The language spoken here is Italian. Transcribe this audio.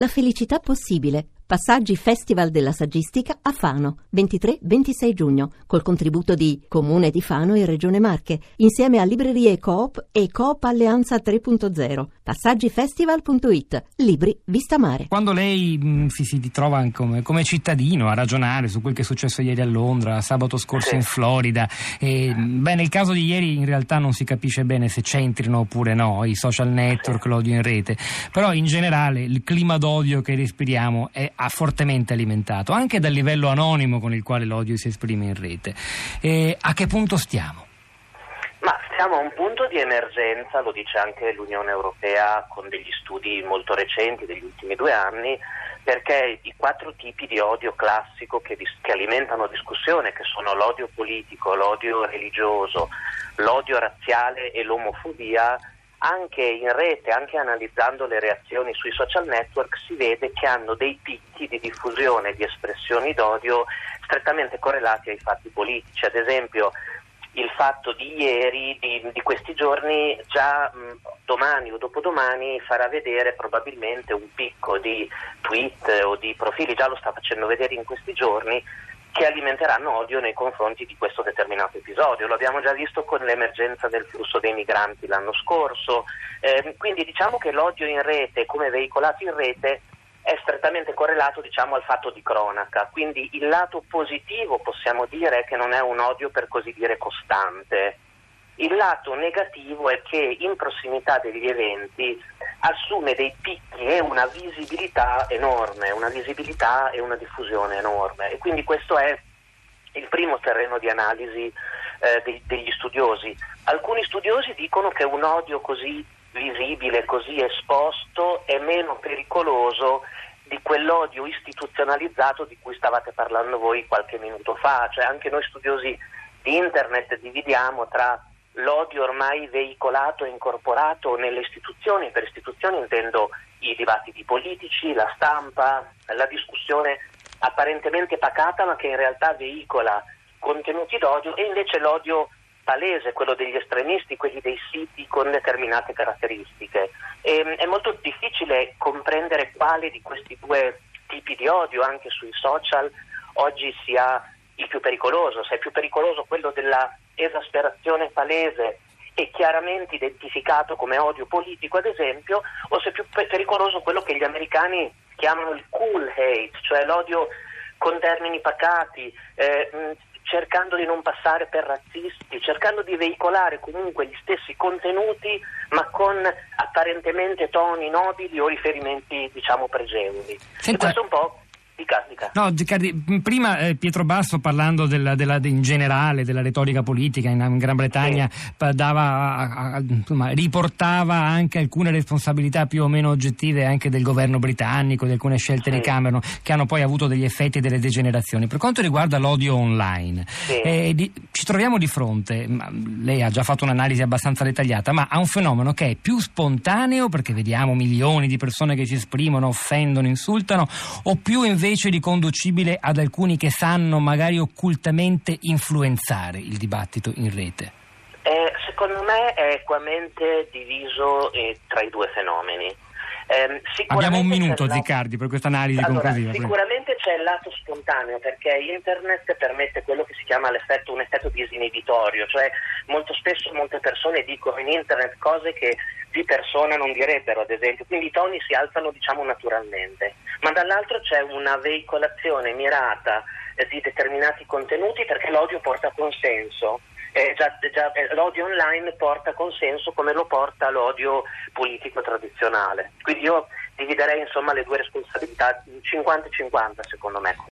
La felicità possibile. Passaggi Festival della Saggistica a Fano, 23-26 giugno, col contributo di Comune di Fano e Regione Marche, insieme a Librerie Coop e Coop Alleanza 3.0. Passaggifestival.it. Libri vista mare. Quando lei si ritrova come cittadino a ragionare su quel che è successo ieri a Londra, sabato scorso in Florida, nel caso di ieri in realtà non si capisce bene se c'entrino oppure no i social network, l'odio in rete, però in generale il clima d'odio che respiriamo ha fortemente alimentato, anche dal livello anonimo con il quale l'odio si esprime in rete. A che punto stiamo? Ma siamo a un punto di emergenza, lo dice anche l'Unione Europea con degli studi molto recenti degli ultimi 2 anni, perché i 4 tipi di odio classico che alimentano discussione, che sono l'odio politico, l'odio religioso, l'odio razziale e l'omofobia, anche in rete, anche analizzando le reazioni sui social network, si vede che hanno dei picchi di diffusione di espressioni d'odio strettamente correlati ai fatti politici. Ad esempio, il fatto di ieri, di questi giorni, già domani o dopodomani farà vedere probabilmente un picco di tweet o di profili, già lo sta facendo vedere in questi giorni, che alimenteranno odio nei confronti di questo determinato episodio. Lo abbiamo già visto con l'emergenza del flusso dei migranti l'anno scorso, quindi diciamo che l'odio in rete, come veicolato in rete, è strettamente correlato al fatto di cronaca. Quindi il lato positivo possiamo dire è che non è un odio per così dire costante. Il lato negativo è che in prossimità degli eventi assume dei picchi e una visibilità enorme, una visibilità e una diffusione enorme, e quindi questo è il primo terreno di analisi degli studiosi. Alcuni studiosi dicono che un odio così visibile, così esposto, è meno pericoloso di quell'odio istituzionalizzato di cui stavate parlando voi qualche minuto fa. Cioè anche noi studiosi di internet dividiamo tra l'odio ormai veicolato e incorporato nelle istituzioni. Per istituzioni intendo i dibattiti politici, la stampa, la discussione apparentemente pacata ma che in realtà veicola contenuti d'odio, e invece l'odio palese, quello degli estremisti, quelli dei siti con determinate caratteristiche. È molto difficile comprendere quale di questi 2 tipi di odio anche sui social oggi sia il più pericoloso, se è più pericoloso quello della esasperazione palese e chiaramente identificato come odio politico, ad esempio, o se è più pericoloso quello che gli americani chiamano il cool hate, cioè l'odio con termini pacati, cercando di non passare per razzisti, cercando di veicolare comunque gli stessi contenuti ma con apparentemente toni nobili o riferimenti pregevoli. E questo è un po'. No, prima Pietro Basso, parlando in generale della retorica politica in Gran Bretagna, riportava anche alcune responsabilità più o meno oggettive anche del governo britannico, di alcune scelte di Cameron che hanno poi avuto degli effetti e delle degenerazioni. Per quanto riguarda l'odio online, ci troviamo di fronte, lei ha già fatto un'analisi abbastanza dettagliata, ma a un fenomeno che è più spontaneo, perché vediamo milioni di persone che si esprimono, offendono, insultano, o più invece riconducibile ad alcuni che sanno magari occultamente influenzare il dibattito in rete? Secondo me è equamente diviso tra i 2 fenomeni. Abbiamo un minuto, Ziccardi, per questa analisi conclusiva. Sicuramente c'è il lato spontaneo, perché internet permette quello che si chiama un effetto disinibitorio, cioè molto spesso molte persone dicono in internet cose che di persona non direbbero, ad esempio, quindi i toni si alzano naturalmente, ma dall'altro c'è una veicolazione mirata di determinati contenuti, perché l'odio porta consenso. L'odio online porta consenso come lo porta l'odio politico tradizionale. Quindi io dividerei le 2 responsabilità 50-50 secondo me.